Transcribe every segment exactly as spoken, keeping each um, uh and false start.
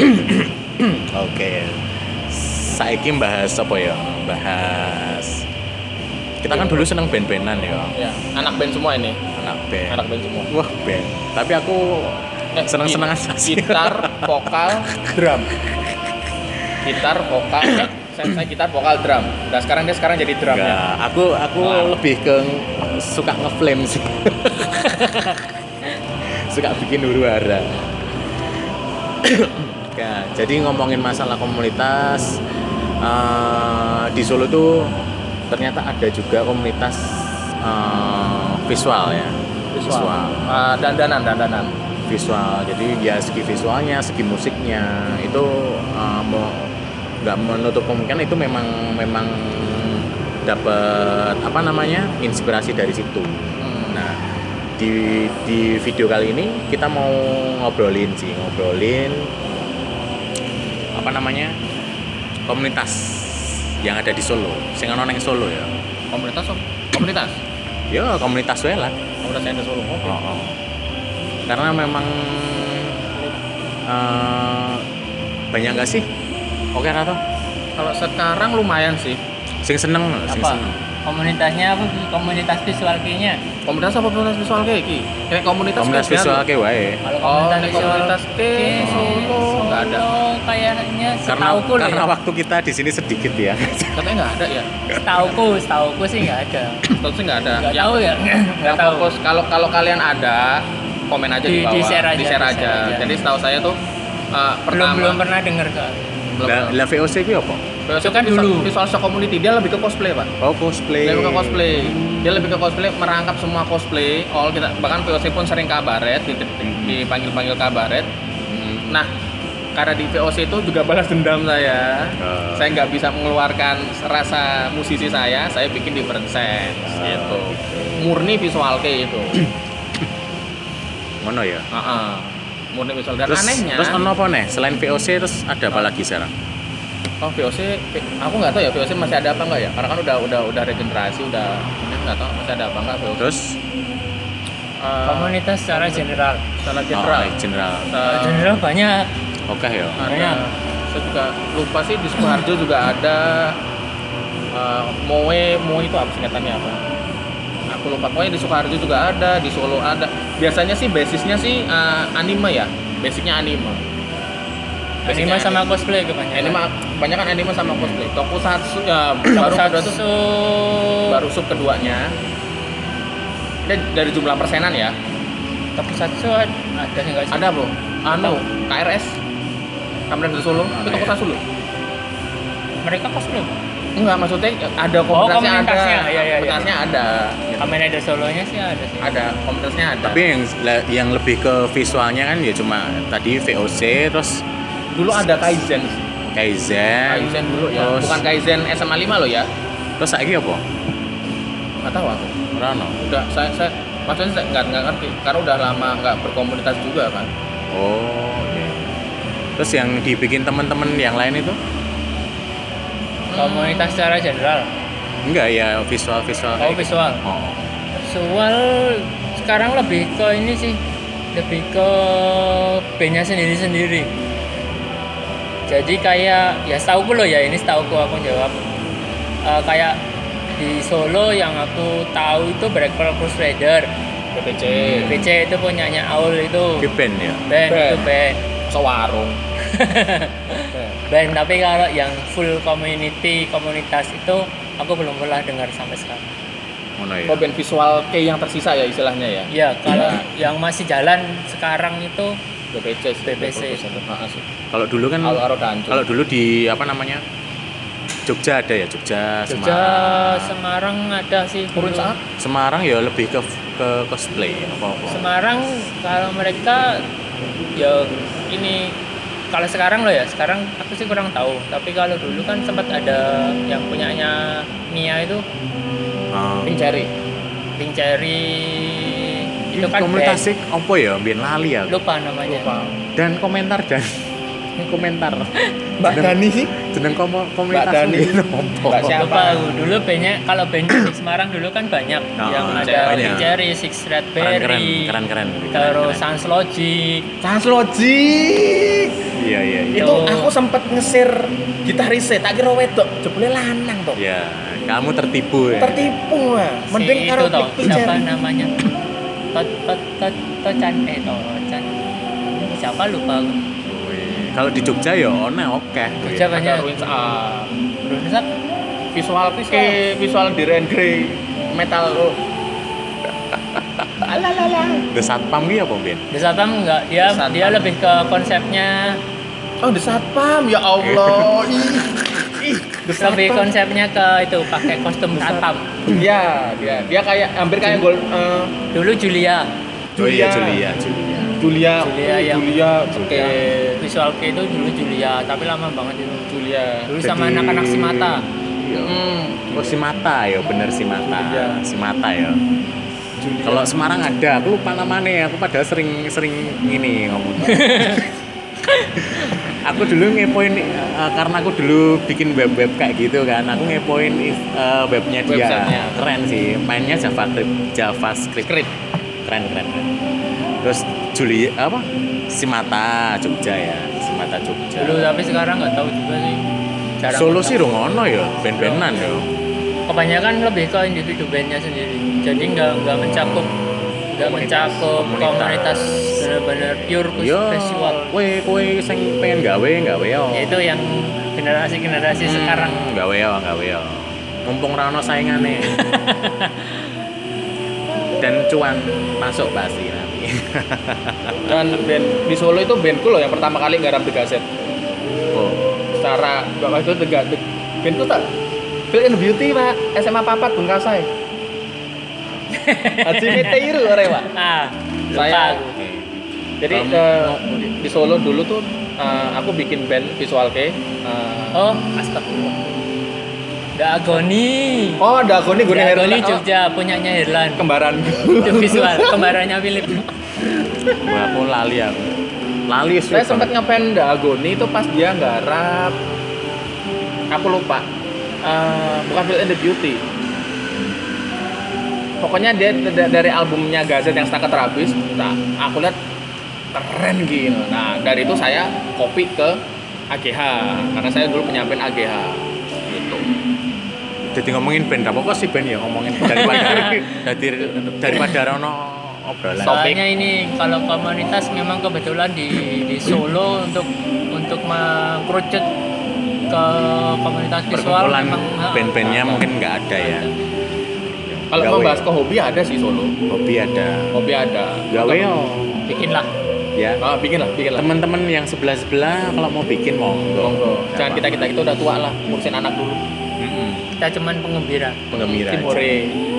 Oke. Saiki bahas apa ya? Bahas kita kan dulu seneng band-bandan ya. Ya, anak band semua ini. Anak band. Anak band semua. Wah, band. Tapi aku Eh, seneng-seneng git- aja sih. Gitar, vokal, drum. Gitar, vokal, eh, saya, saya gitar, vokal, drum. Nah sekarang dia sekarang jadi drumnya. Enggak, aku aku Wah. lebih ke suka ngeflame sih. Suka bikin huru-hara. Ya, jadi ngomongin masalah komunitas eh, di Solo tuh ternyata ada juga komunitas eh, visual ya. Visual. Uh, dandanan, dandanan. Visual. Jadi ya segi visualnya, segi musiknya itu eh, mau nggak menutup kemungkinan itu memang memang dapat apa namanya inspirasi dari situ. Hmm. Nah di di video kali ini kita mau ngobrolin sih ngobrolin apa namanya komunitas yang ada di Solo, sing ana ning Solo ya. Komunitas, oh? Komunitas. Ya komunitas wae lah. Komunitas yang ada Solo. Oke. Oh, oh. Karena memang eh, banyak nggak sih? Oke Rato, Kalau sekarang lumayan sih. sing seneng, sing Apa? seneng. Komunitasnya apa? Ki? Komunitas visual kayaknya. Komunitas apa komunitas visual kayak iki? Kayak komunitas Komunitas kayak visual gitu. ke wae. Kalau Oh, komunitas ini visual komunitas ke ke Solo nggak ada. Solo kayaknya Karena setauku loh karena ya. waktu kita di sini sedikit ya. Katanya nggak ada ya. Setauku, setauku sih nggak ada. Tentu sih nggak ada. Nggak Yang- tahu ya. Yang Nggak tahu. fokus kalau kalau kalian ada komen aja di, Di- bawah. di share aja, Di share di aja. share aja. Jadi setahu saya tuh uh, Belum pertama belum pernah dengar kak. belum Lah lah V O C ku apa? Itu kan visual, dulu. visual show community dia lebih ke cosplay pak. Oh cosplay. Dia lebih ke cosplay. Dia lebih ke cosplay merangkap semua cosplay. All kita bahkan V O C pun sering kabaret di- di- dipanggil-panggil kabaret. Hmm. Nah karena di V O C itu juga balas dendam saya. Oh. Saya nggak bisa mengeluarkan rasa musisi saya. Saya bikin different sense Oh, gitu. gitu. Murni visual kayak itu. Ngono ya. Heeh. Murni visual dan Terus anehnya. terus ono apa nih? Selain V O C terus ada apa lagi sekarang? Oh V O C, aku nggak tahu ya V O C masih ada apa nggak ya? Karena kan udah udah udah regenerasi, udah ini nggak tahu masih ada apa nggak V O C. Terus Eh, Komunitas secara general. secara oh, general. general. Eh, General banyak. Oke ya. ada, banyak. saya juga lupa sih di Sukoharjo juga ada. eh, Moe, Moe itu apa singkatannya apa? Aku lupa. Pokoknya di Sukoharjo juga ada, di Solo ada. Biasanya sih basisnya sih eh, anime ya, basicnya anime. Anime sama cosplay kebanyakan. Anime banyak kan anime sama cosplay. Tokusatsu ya baru kedua tuh Tokusatsu. baru sub keduanya. Ini dari jumlah persenan ya. Tokusatsu ada sih nggak sih? Ada bro. Anu K R S. Kameran dari Solo. Mana Itu ya? Tokusatsu loh. Mereka cosplay. Enggak maksudnya ada komunitasnya, komunitasnya. ada. Iya, iya, iya. Komunitasnya ada. Gitu. Kamen Rider Solonya sih ada sih. Ada komunitasnya ada. Tapi yang yang lebih ke visualnya kan ya cuma tadi V O C terus dulu ada Kaizen. Kaizen. Kaizen dulu ya. Terus, Bukan Kaizen S M A lima loh ya. terus saiki apa? Enggak tahu aku. Ora ono. Udah saya saya maksudnya saya nggak nggak ngerti karena udah lama nggak berkomunitas juga kan. Oh, iya. Terus yang dibikin teman-teman yang lain itu? Komunitas secara general. Enggak ya, visual-visual. Oh kayak gitu. visual. Oh. Visual sekarang lebih ke ini sih, lebih ke bandnya sendiri-sendiri. Jadi kayak ya setauku loh ya ini setauku aku jawab. Eh, kayak di Solo yang aku tahu itu Black Pearl Crusader, B P C. B C itu punyanya Aul itu. Di band ya? Band, Band. itu band. Sewarung. Band tapi kalau yang full community komunitas itu aku belum pernah dengar sampai sekarang. Ngono ya. Oh, band visual kayak yang tersisa ya istilahnya ya. Ya kalau yang masih jalan sekarang itu B P C, B P C. Heeh sih. Kalau dulu kan Aro aro dancung. kalau dulu di apa namanya? Jogja ada ya, Jogja, Jogja, Semarang. Semarang ada sih. Kurun dulu. saat Semarang ya lebih ke ke cosplay apa-apa. Semarang kalau mereka ya ini kalau sekarang loh ya sekarang aku sih kurang tahu tapi kalau dulu kan sempat ada yang punyanya Mia itu Ah. Pink Cherry. Pink Cherry itu kan komunitas sih apa ya? Biar lali ya. band. Lupa namanya Lupa. Dan komentar dan komentar. Mbak Dani sih. Jeneng komo- komunitas Mbak Dani. ini apa? Mbak siapa? lupa aku dulu bandnya kalau band di Semarang dulu kan banyak Oh, yang banyak. ada Banyak. Pink Cherry, Six Red Keren-keren, Berry, keren-keren. terus Keren-keren. Sans Logic, Sans Logic. Iya iya iya. Itu aku sempet nge-share gitarisnya, tak kira wedok, jebule lanang toh. Ya, kamu tertipu ya. Tertipu lah. Mending si karo itu toh, klik siapa picture. namanya? Tot tot tot Tocan eh Tocan. Siapa lupa aku. Wih, kalau di Jogja ya ono oke. Jogja banyak. Ada Ruins Up. Rusak Visual visual visual di Grey metal lo. Alalala. The Satpam ki apa, Ben? The Satpam enggak, dia The Satpam. dia lebih ke konsepnya Oh, The Satpam, ya Allah. Ih, ih, The lebih Satpam. konsepnya ke itu pakai kostum satpam. Iya, dia dia kayak hampir kayak gol eh, Dulu Julia, Oh iya Julia. Julia, Julia. Julia, Julia yang- Julia pakai visual K itu dulu Julia, tapi lama banget itu. Julia. Dulu sama Jadi- anak-anak si mata. Iya. Hmm, Oh si Mata ya, bener si Mata. Iya. Si Mata ya. Julia. Kalau Semarang ada, aku lupa namanya. Aku padahal sering sering ini ngomong. Aku dulu ngepoin eh, karena aku dulu bikin web-web kayak gitu kan. Aku ngepoin eh, webnya dia. Websitenya. Keren sih. Mainnya JavaScript, JavaScript. Script. Keren keren keren. Terus Julia apa? Si Mata Jogja ya. Si Mata Jogja. Dulu tapi sekarang nggak tahu juga sih. Jarang Solo ketemu. sih rungono ya, band-bandan ya. Kebanyakan lebih ke individu bandnya sendiri. Jadi nggak nggak mencakup nggak Komunitas. mencakup Komunitas. komunitas benar-benar pure Yo, festival. kowe kowe sing pengen gawe gawe yo. Yaitu yang generasi-generasi Hmm, sekarang. gawe yo, gawe yo. Mumpung ra ono saingane. Dan cuan masuk pasti nanti. Dan band di Solo itu bandku loh yang pertama kali garap The Gazette. Oh, Secara waktu itu The Gazette. Bandku tak Feel in Beauty, Pak. S M A Papat Bengkasai. Haji Meteiru ore, Pak. Ah, lupa Saya- aku. oke. Jadi Kamu- eh, di, di Solo dulu tuh eh, aku bikin band visual kayak eh, Oh, astagfirullah. Dagoni. oh ada aku nih gue Dagoni Jogja punyanya Herlan. kembaran. Itu visual kembarannya Philip. Wah, aku lali aku. Lali Saya sih. sempat ngepen Dagoni itu pas dia nggarap, aku lupa. Eh, bukan Feel in the Beauty. Pokoknya dia da- dari albumnya Gazette yang Setakat Terhabis, nah aku lihat keren gitu. Nah dari itu saya copy ke A G H karena saya dulu punya band A G H gitu. Jadi ngomongin band apa kok sih band ya ngomongin daripada dari daripada ono obrolan. Soalnya ini kalau komunitas memang kebetulan di di Solo untuk untuk mengkerucut ke komunitas visual Perkumpulan memang ah, band-bandnya ah, mungkin nggak ada ya. Kalau Gawe. membahas ke hobi ada sih Solo, Hobi ada. hobi ada. Gawe yo. bikinlah. Ya. Ah, bikin lah, bikin lah. Teman-teman yang sebelah-sebelah kalau mau bikin monggo. Monggo. Nggak Jangan kita apa-apa. kita kita udah tua lah, ngurusin anak dulu. Mm-mm. Kita cuman penggembira. Penggembira. aja. Timore.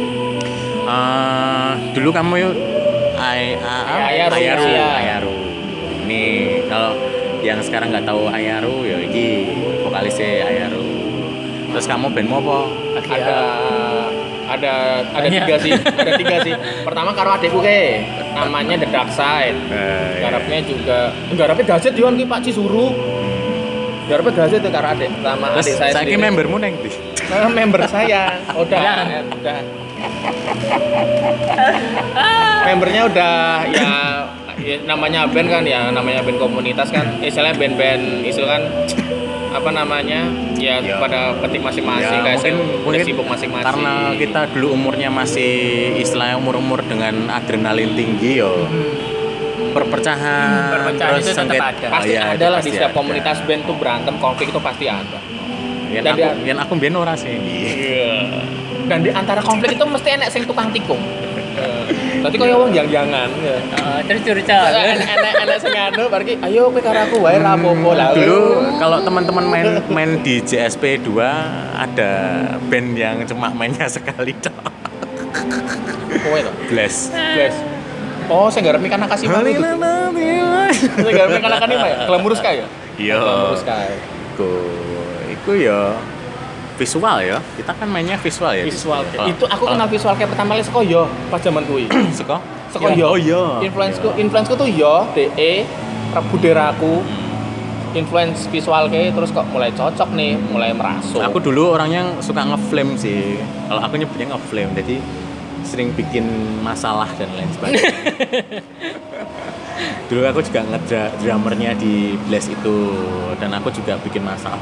Eh, dulu kamu yuk ay, a, a- Ayaru, Ayaru, iya. Ayaru. Ini kalau yang sekarang nggak tahu Ayaru ya iki vokalisnya Ayaru. Terus kamu bandmu apa? Ada ada ada Banyak. tiga sih, ada tiga sih. Pertama karo adekku ke, namanya The Dark Side. Eh, Garapnya juga, garapnya Gazette Dion ki Pak Cisuru. Garapnya Gazette tuh karo adek, sama Terus adik saya saiki sendiri. membermu neng ndi? Nah, member saya udah Ya. udah membernya udah ya, ya namanya band kan ya namanya band komunitas kan istilahnya band-band isu kan apa namanya ya, Ya. pada petik masing-masing kayak saya udah sibuk masing-masing karena kita dulu umurnya masih istilahnya umur-umur dengan adrenalin tinggi yo. Perpecahan, Perpecahan terus itu tetap sengket- ada. Oh, pasti iya, ada lah di pasti setiap ada. komunitas band tuh berantem konflik itu pasti ada. Yang Dan aku, dia- yang aku biyen ora sih. Dan di antara konflik itu mesti enek sing tukang tikung. Tadi kaya wong yang-jangan. Ya. Eh, terus curca. Enak-enak sing anu berarti ayo kowe karo aku wae ra apa-apa lah. Dulu kalau teman-teman main main di J S P dua ada band yang cuma mainnya sekali tok. kowe to. Blast. Bless. Oh, saya garap ikan kasih malu itu. Saya garap ikan akan ini ya. Glamorous kayak ya. Iya. Glamorous kayak. Iku, iku ya visual ya. Kita kan mainnya visual ya. Visual. Kalau- Itu aku kalau- kenal visual kayak pertama kali seko yo pas zaman kuwi. Seko? Seko yo. Oh iya. Influenceku, influenceku tuh yo, D E, buderaku. Influence visual kayak terus kok mulai cocok nih, mulai merasuk. Aku dulu orangnya suka ngeflame sih. Kalau aku nyebutnya ngeflame, jadi sering bikin masalah dan lain sebagainya. Dulu aku juga ngedrummernya di Blast itu dan aku juga bikin masalah.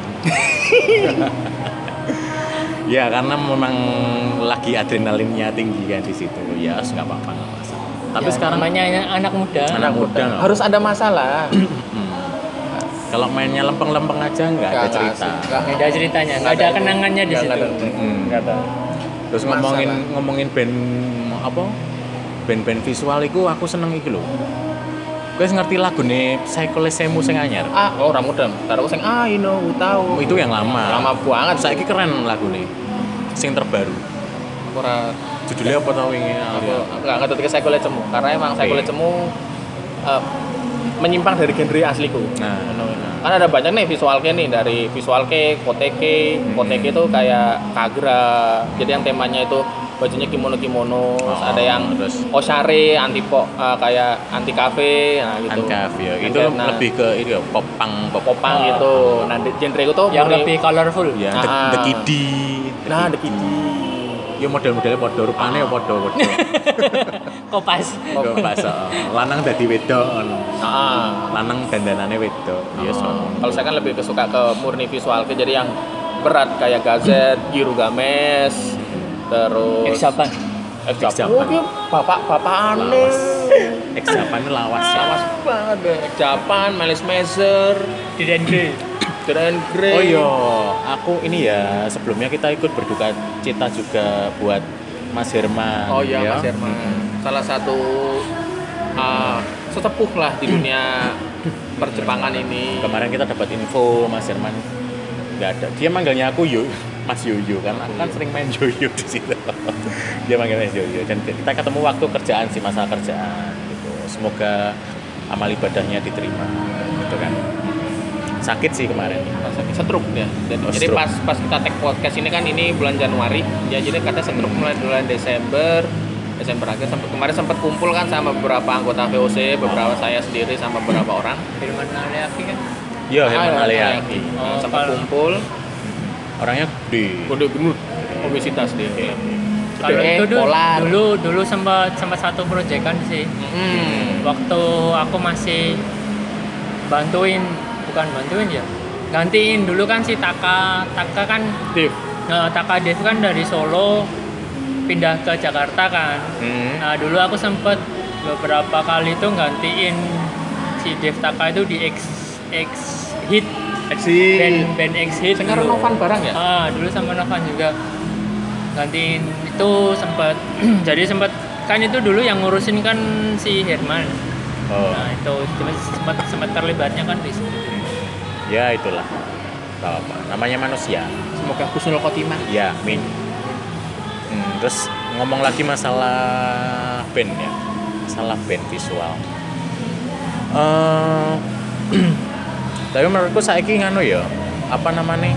Ya karena memang lagi adrenalinnya tinggi kan di situ. Ya nggak apa-apa nggak masalah. Tapi Ya, sekarang namanya anak muda. anak muda nggak Harus ada masalah. Hmm. Kalau mainnya lempeng-lempeng aja nggak ada Nggak cerita. asik. Nggak- Nggak ada ceritanya, nggak ada kenangannya di Nggak situ. ada. Mm-mm. Nggak ada. Terus Masalah. ngomongin ngomongin band apa? Band-band visual itu aku seneng iki lho. Kowe ngerti lagu nih Psycholesemu sing anyar? Ah, oh ora mudeng. Taruh sing ah ino tahu. Itu yang lama. Lama banget. Saiki keren lagu nih. Sing terbaru. Ora Judulnya apa tau wingi? aku nggak ngerti ke Psycholesemu karena emang Oke. Psycholesemu uh, menyimpang dari genre asliku. Nah, Kan ada banyak nih visualnya nih dari visualke, koteke, Hmm. koteke itu kayak kagra. Jadi yang temanya itu bajunya kimono-kimono, terus Oh, ada yang terus oshare, anti pop uh, kayak anti cafe, nah gitu. Uncaf ya. Itu Nah, lebih ke itu ya, pop punk, pop popang punk. gitu. Nah, di- genre itu tuh Yang murni- lebih colorful. Ya, The, Ah. The Kiddy. Nah, The Kiddy. Ya model-modelnya padha rupane ya padha padha. Kopas. Yo pas oh. Lanang dadi wedok ngono. Ah. Lanang dandanane wedok. Ya Oh, so. kalau saya kan lebih kesuka ke murni visual, ke jadi yang berat kayak Gazette, Girugames, terus X Japan. X Japan. Japan. Oh, dia bapak-bapak aneh. Lawas. X Japan ini lawas ya. Lawas banget deh. X Japan, Melis Mezer, Diren Grey. Grand Grey. Oh iya, aku ini ya sebelumnya kita ikut berduka cita juga buat Mas Herman. Oh iya, ya. Mas Herman. Salah satu uh, sesepuh lah di dunia perjepangan ini. Kemarin kita dapat info Mas Herman nggak ada. Dia manggilnya aku Yu, Mas Yuyu kan. Aku kan sering main Yuyu di situ. Dia manggilnya Yuyu dan kita ketemu waktu kerjaan sih, masalah kerjaan gitu. Semoga amal ibadahnya diterima gitu kan. Sakit sih kemarin. Sakit stroke ya. Dan Oh, jadi stroke. pas pas kita tag podcast ini kan ini bulan Januari, ya jadi katanya stroke mulai bulan Desember, Desember akhir sampai kemarin sempat kumpul kan sama beberapa anggota V O C, beberapa saya sendiri sama beberapa orang. Firman Aliaki kan. Iya, Herman Ah, Aliaki. Nah, Oh, sempat kalau- kumpul, Orangnya gede. kode gendut, obesitas dia. Kalau Gede, itu dulu, polar. dulu dulu sempat sempat satu proyekan sih. Hmm. Waktu aku masih bantuin, bukan bantuin ya, gantiin dulu kan si Taka, Taka kan, Dev. eh, Taka Dev kan dari Solo pindah ke Jakarta kan. Hmm. Nah dulu aku sempet beberapa kali tuh gantiin si Dev Taka itu di X X Hit, Eksi. band band X Hit. Sekarang dulu. Novan barang ya? Ah dulu sama Novan juga gantiin itu sempet. Jadi sempet kan itu dulu yang ngurusin kan si Herman. Oh. Nah itu cuma sempat sempat terlibatnya kan di situ. Ya itulah. Gak apa. Namanya manusia. Semoga husnul khotimah. Ya, min. Hmm, terus ngomong lagi masalah band ya. Masalah band visual. Eh tapi menurutku saiki nganu ya, apa namanya?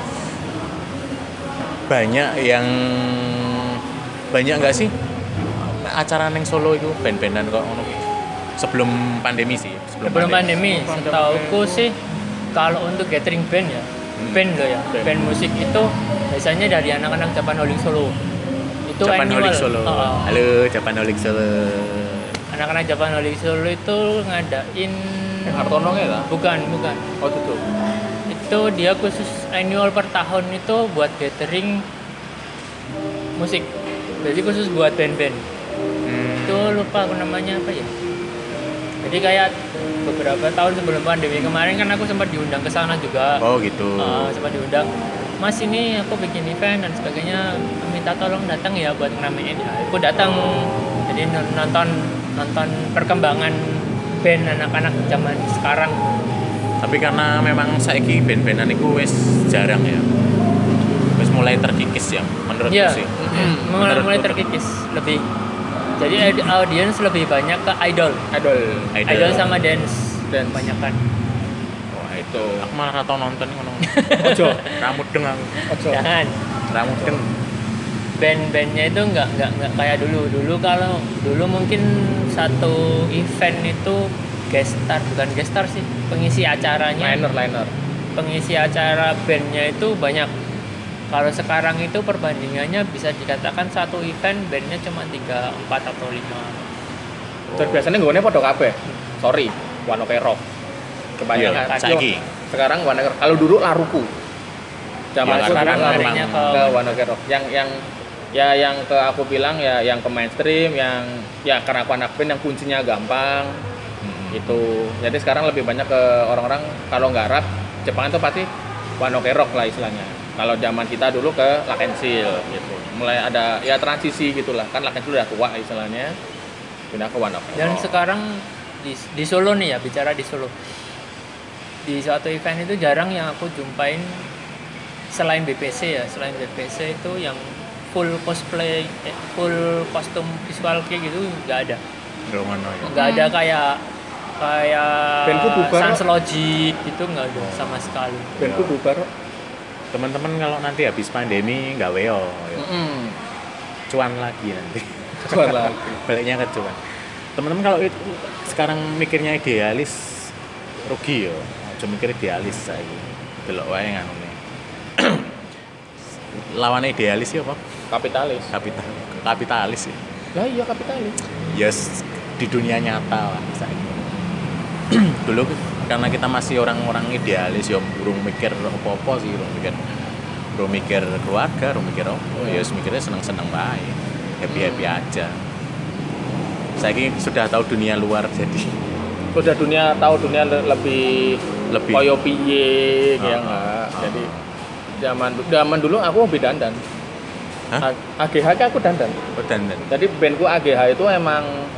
Banyak yang banyak nggak sih acara neng Solo itu band-bandan kok ngono ki? Sebelum pandemi sih, sebelum, Sebelum pandemi, Pandemi. setauku sih kalau untuk gathering band ya, band loh ya, Band. band musik itu biasanya dari anak-anak Japan Holic Solo. Itu Japan annual. Holic Solo. Oh, Halo, Japan Holic Solo. anak-anak Japan Holic Solo itu ngadain Yang Hartono ya lah. bukan, bukan. Oh itu. Itu dia khusus annual per tahun itu buat gathering musik. Jadi khusus buat band-band. Hmm. Itu lupa aku namanya apa ya. Jadi kayak beberapa tahun sebelum pandemi kemarin kan aku sempat diundang ke sana juga. Oh gitu. Uh, sempat diundang. Mas ini aku bikin event dan sebagainya, minta tolong datang ya buat ngeramein. Nah, aku datang. Jadi n- nonton nonton perkembangan band anak-anak zaman sekarang. Tapi karena memang saiki band-bandan itu wis jarang ya. Wis mulai terkikis ya menurutku Iya. sih. Mulai Menurutku mulai tuh. terkikis lebih. Jadi aud- audiens lebih banyak ke idol. Idol. Idol. Idol sama dance. Dance. Banyakan. Wah itu. Aku malah ora tau nonton ngono. Ojo. Rambut deng aku. Ojo. Jangan. Rambut deng. Band-bandnya itu nggak nggak nggak kayak dulu. Dulu kalau dulu mungkin satu event itu guest star, bukan guest star sih, pengisi acaranya. Liner, liner. Pengisi acara bandnya itu banyak. Kalau sekarang itu perbandingannya bisa dikatakan satu event bandnya cuma tiga, empat atau lima. Dan biasanya gue podo kabeh. Sorry, One Ok Rock. Kebanyakan. Iya, saiki. Sekarang One Ok Rock. Kalau dulu Laruku. Zaman Ya, itu sekarang dulu Laruku. larinya ke, ke One Ok Rock. Yang yang ya yang ke aku bilang ya yang ke mainstream, yang ya karena aku anak band yang kuncinya gampang. Hmm. Itu. Jadi sekarang lebih banyak ke orang-orang kalau nggak rap Jepang itu pasti One Ok Rock lah istilahnya. Kalau zaman kita dulu ke Lakensil gitu. Mulai ada ya transisi gitulah. Kan Lakensil udah tua istilahnya. Pindah ke One Ok Rock. Dan sekarang di, di Solo nih ya, bicara di Solo. Di suatu event itu jarang yang aku jumpain selain B P C ya, selain B P C itu yang full cosplay, eh, full kostum visual kayak gitu nggak ada. Romono ya. Nggak ada kayak kayak Bandku bubar, Sans Logic gitu nggak ada sama sekali. Bandku bubar. Teman-teman kalau nanti habis pandemi nggak weo ya. Mm-mm. Cuan lagi nanti. Cuan lagi. Baliknya ke cuan. Teman-teman kalau itu sekarang mikirnya idealis rugi ya. Cuma mikir idealis saya. Delok wae nganune. Lawan idealis ya apa? Kapitalis. Kapital kapitalis ya. Lah iya kapitalis. Yes, di dunia nyata lah saya. Dulu karena kita masih orang-orang idealis ya burung mikir apa-apa sih, burung mikir burung mikir keluarga, burung mikir apa, ya yes, mikirnya seneng-seneng baik, happy-happy aja. Saya sudah tahu dunia luar jadi Udah dunia tahu dunia le- lebih lebih koyo piye Ah, ya ah, enggak. ah. Jadi zaman zaman dulu aku hobi dandan. Hah? A- AGH kan aku dandan. oh, dan dan Jadi bandku A G H itu emang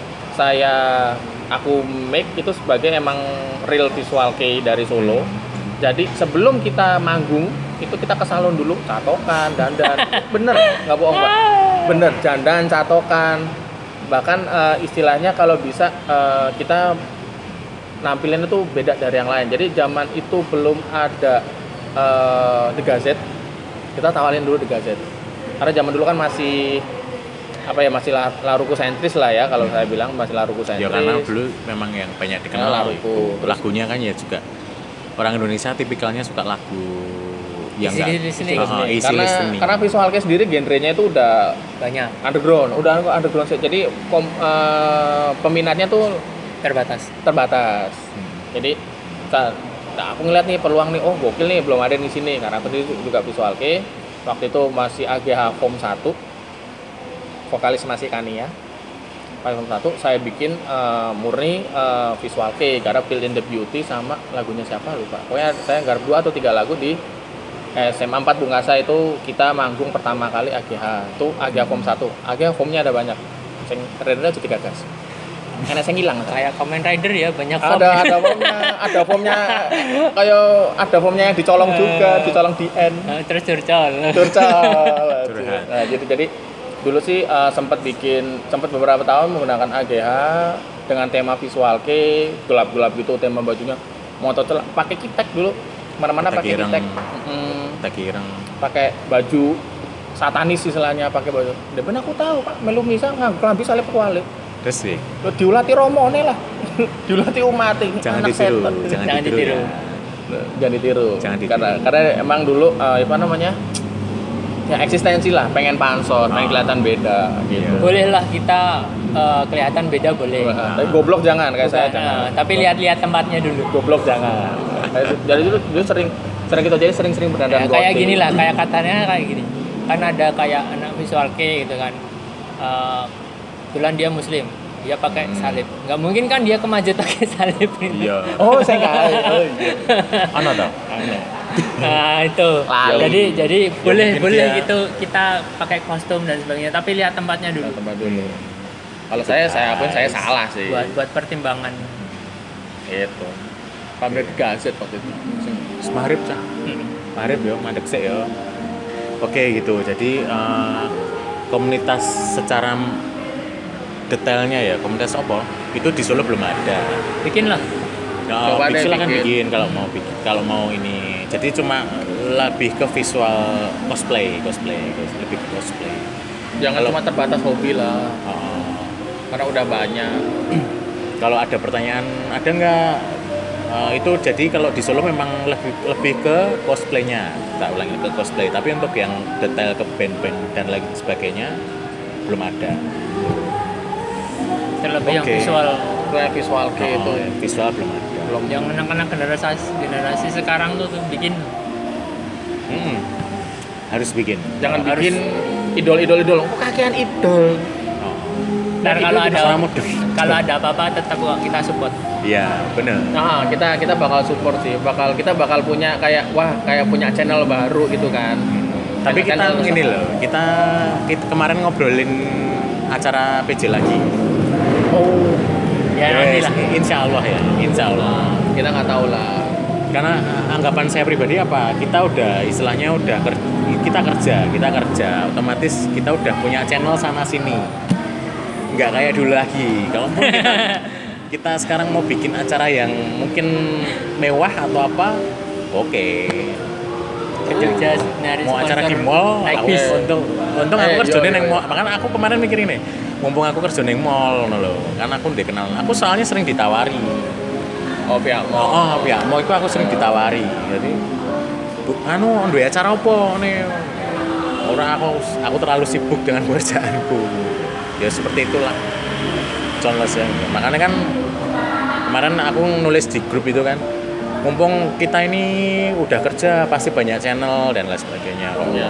saya aku make itu sebagai emang real visual kei dari Solo. Jadi sebelum kita manggung itu kita ke salon dulu, catokan, dandan. Bener, nggak bohong Pak. Bener, dandan, catokan. Bahkan eh, istilahnya kalau bisa eh, kita nampilin itu beda dari yang lain. Jadi zaman itu belum ada eh, The Gazette. Kita tawarin dulu The Gazette. Karena zaman dulu kan masih apa ya masih la- laruku sentris lah ya kalau saya bilang masih laruku sentris. ya karena dulu memang yang banyak dikenal Ya, laruku. itu lagunya kan ya juga orang Indonesia tipikalnya suka lagu yang Easy enggak listening. Oh, easy karena listening. karena visualnya sendiri genrenya itu udah Banyak, underground, udah underground sih. Jadi kom, eh, peminatnya tuh terbatas. terbatas. Hmm. Jadi sa- nah, aku ngeliat nih peluang nih, oh gokil nih belum ada di sini karena tadi juga visual ke waktu itu masih A G H Form satu vokalis masih Kania Form satu saya bikin eh, murni eh, visual ke karena Build in the Beauty sama lagunya siapa lupa pokoknya saya garap dua atau tiga lagu di S M A empat Bungkasa itu kita manggung pertama kali A G H itu A G H Form satu A G H Formnya ada banyak sing keren aja tiga gas karena saya ngilang Kayak Kamen Rider ya, banyak form. ada ada formnya ada formnya kayak ada formnya yang dicolong juga dicolong di end Nah, terus curcol. curcol Curhat. nah jadi jadi dulu sih uh, sempat bikin sempat beberapa tahun menggunakan A G H dengan tema visual ke gelap-gelap gitu tema bajunya moto celak pakai kitek dulu mana-mana Tak pakai ireng. kitek Mm-mm. tak kira pakai baju satanis istilahnya pakai baju dan aku tahu Pak melu misa nganggo klambi salib kuali terus sih lo diulati romone lah diulati umat ini jangan anak ditiru setan. jangan, Jangan ditiru, ditiru. ya. Jangan ditiru. Jangan ditiru. Karena karena emang dulu eh, apa namanya? Ya eksistensi lah, pengen pansos, pengen Ah. kelihatan beda gitu. Bolehlah kita eh, kelihatan beda boleh. Nah, tapi goblok jangan kayak saya Bukan, jangan. eh, tapi lihat-lihat tempatnya dulu. Goblok jangan. Kayak itu- Jadi dulu, dulu sering sering kita jadi sering-sering Ya, berdandan kayak gotik. gini lah, kayak katanya kayak gini. Kan ada kayak anak visual K gitu kan. Eh, kebetulan dia muslim, dia pakai Hmm. salib. Nggak mungkin kan dia ke masjid pakai salib gitu. iya Oh, saya enggak. Oh, iya. ano tau Nah itu. Lali. Jadi jadi boleh mungkin boleh dia- gitu kita pakai kostum dan sebagainya. Tapi lihat tempatnya dulu. Nah, tempat dulu. Kalau saya saya akui saya salah sih. Buat buat pertimbangan. Gitu. Pamret gaset waktu itu. Semarip cah Marip yo mandek sih yo oke gitu jadi eh, komunitas secara detailnya ya komunitas apa itu di Solo belum ada Bikin lah. ya, Coba deh silakan bikin. bikin kalau mau bikin kalau mau ini jadi cuma lebih ke visual cosplay cosplay lebih ke cosplay Jangan Kalau- cuma terbatas hobi lah. Oh. Karena udah banyak. Kalau ada pertanyaan ada nggak Eh, itu jadi kalau di Solo memang lebih lebih ke cosplaynya tak ulangi ke cosplay tapi untuk yang detail ke band-band dan lain sebagainya belum ada terlebih yang Oke. visual. Kayak visual kayak itu Oh, ya. visual belum ada. Belum. Yang anak-anak generasi generasi sekarang tuh, tuh bikin Mm-mm. Harus bikin. Jangan Harus- bikin idol-idol idol. Kok kakean idol? Oh. ntar kalau ada Terserah model. kalau ada apa-apa tetap kok kita support. Iya, bener. Nah, kita kita bakal support sih. Bakal kita bakal punya kayak wah, kayak punya channel baru gitu kan. Tapi kita Channel- ini loh, kita, kita kemarin ngobrolin acara P J lagi. Oh, Ya nanti lah. Insya Allah ya, insya Allah. kita nggak tahu lah. Karena uh, anggapan saya pribadi apa, kita udah istilahnya udah ker- kita kerja, kita kerja, otomatis kita udah punya channel sana sini. Nggak kayak dulu lagi. Kalau kita, kita sekarang mau bikin acara yang mungkin mewah atau apa, oke. Ke Jogja nyari Mau acara di sponsor mall, naik aku bis. untung untung Eh, aku kerja iya, neng iya, mall. iya. Makanya aku kemarin mikir ini, mumpung aku kerja neng mall, ngono lho. Karena aku udah kenal. Aku soalnya sering ditawari. Oh, pihak Oh, oh ya, mau itu aku sering ditawari. Jadi, bu, anu, duwe acara apa nih? Orang aku aku terlalu sibuk dengan pekerjaanku. Ya seperti itulah. Contoh ya. Makanya kan kemarin aku nulis di grup itu kan, mumpung kita ini udah kerja pasti banyak channel dan lain sebagainya. Oh, Iya.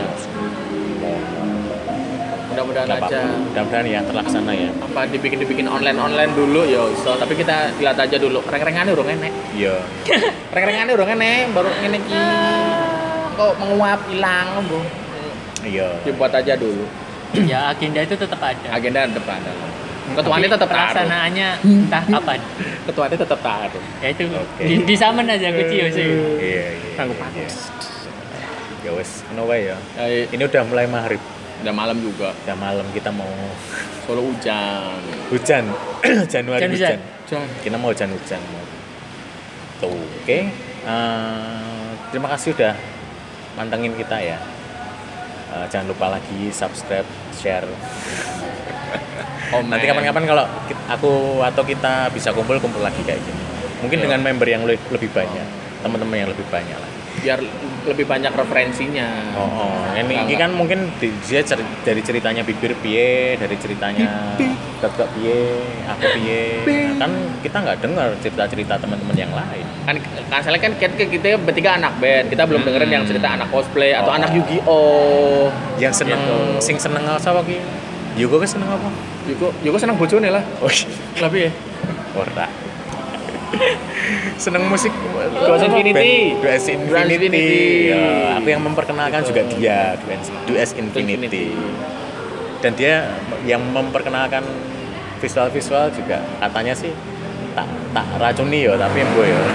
Mudah-mudahan nggak aja. apa-apa. Mudah-mudahan ya terlaksana ya. Apa dibikin dibikin online online dulu ya so tapi kita lihat aja dulu reng-rengane urung enek Iya. reng-rengane urung enek baru ngene iki kok menguap hilang bu Iya. dibuat aja dulu Ya agenda itu tetap ada. agenda depan ketuanya tetap taruh Pelaksanaannya entah kapan. ketuanya tetap taruh Ya itu Oke. di, di samen aja kuciyo sih. Iya, iya. Sanggup iya. Ya wes, ngono wae ya. Eh, Ini udah mulai maghrib, udah malam juga udah malam kita mau solo hujan hujan. Januari Hujan-hujan. hujan. hujan Kita mau hujan-hujan. Tuh, oke. Eh, terima kasih udah mantengin kita ya. Eh, jangan lupa lagi subscribe, share. oh, Nanti kapan-kapan kalau ki- aku atau kita bisa kumpul-kumpul lagi kayak gini. Mungkin Iya. dengan member yang le- lebih banyak, teman-teman yang lebih banyak lah. biar lebih banyak referensinya Oh, oh. Ini, Enggak, ini kan mungkin di- dia ceri- dari ceritanya bibir piye, dari ceritanya gagak piye, aku piye. Nah, kan kita nggak dengar cerita-cerita teman-teman yang lain. kan kan soalnya kan kita, kita bertiga anak band kita belum dengerin yang cerita anak cosplay atau Oh. anak Yu-Gi-Oh Yang seneng Gitu. sing seneng apa ki? Yugo ke seneng apa? Yugo Yugo senang bojone lah Oh, iya. lebih ya Ora. Seneng musik Duas Infinity. Duas Duas Infinity. Infinity. Ya, aku yang memperkenalkan Gitu. juga dia Duas Infinity. Dan dia yang memperkenalkan visual-visual juga katanya sih tak tak racuni ya tapi yang gue ya.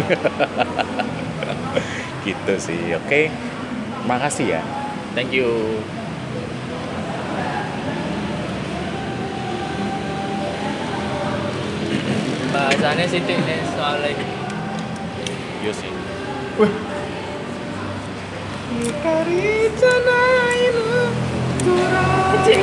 Gitu sih. Oke. Makasih ya. thank you Bahasannya sih nih soal lagi. Yo sih. Wih.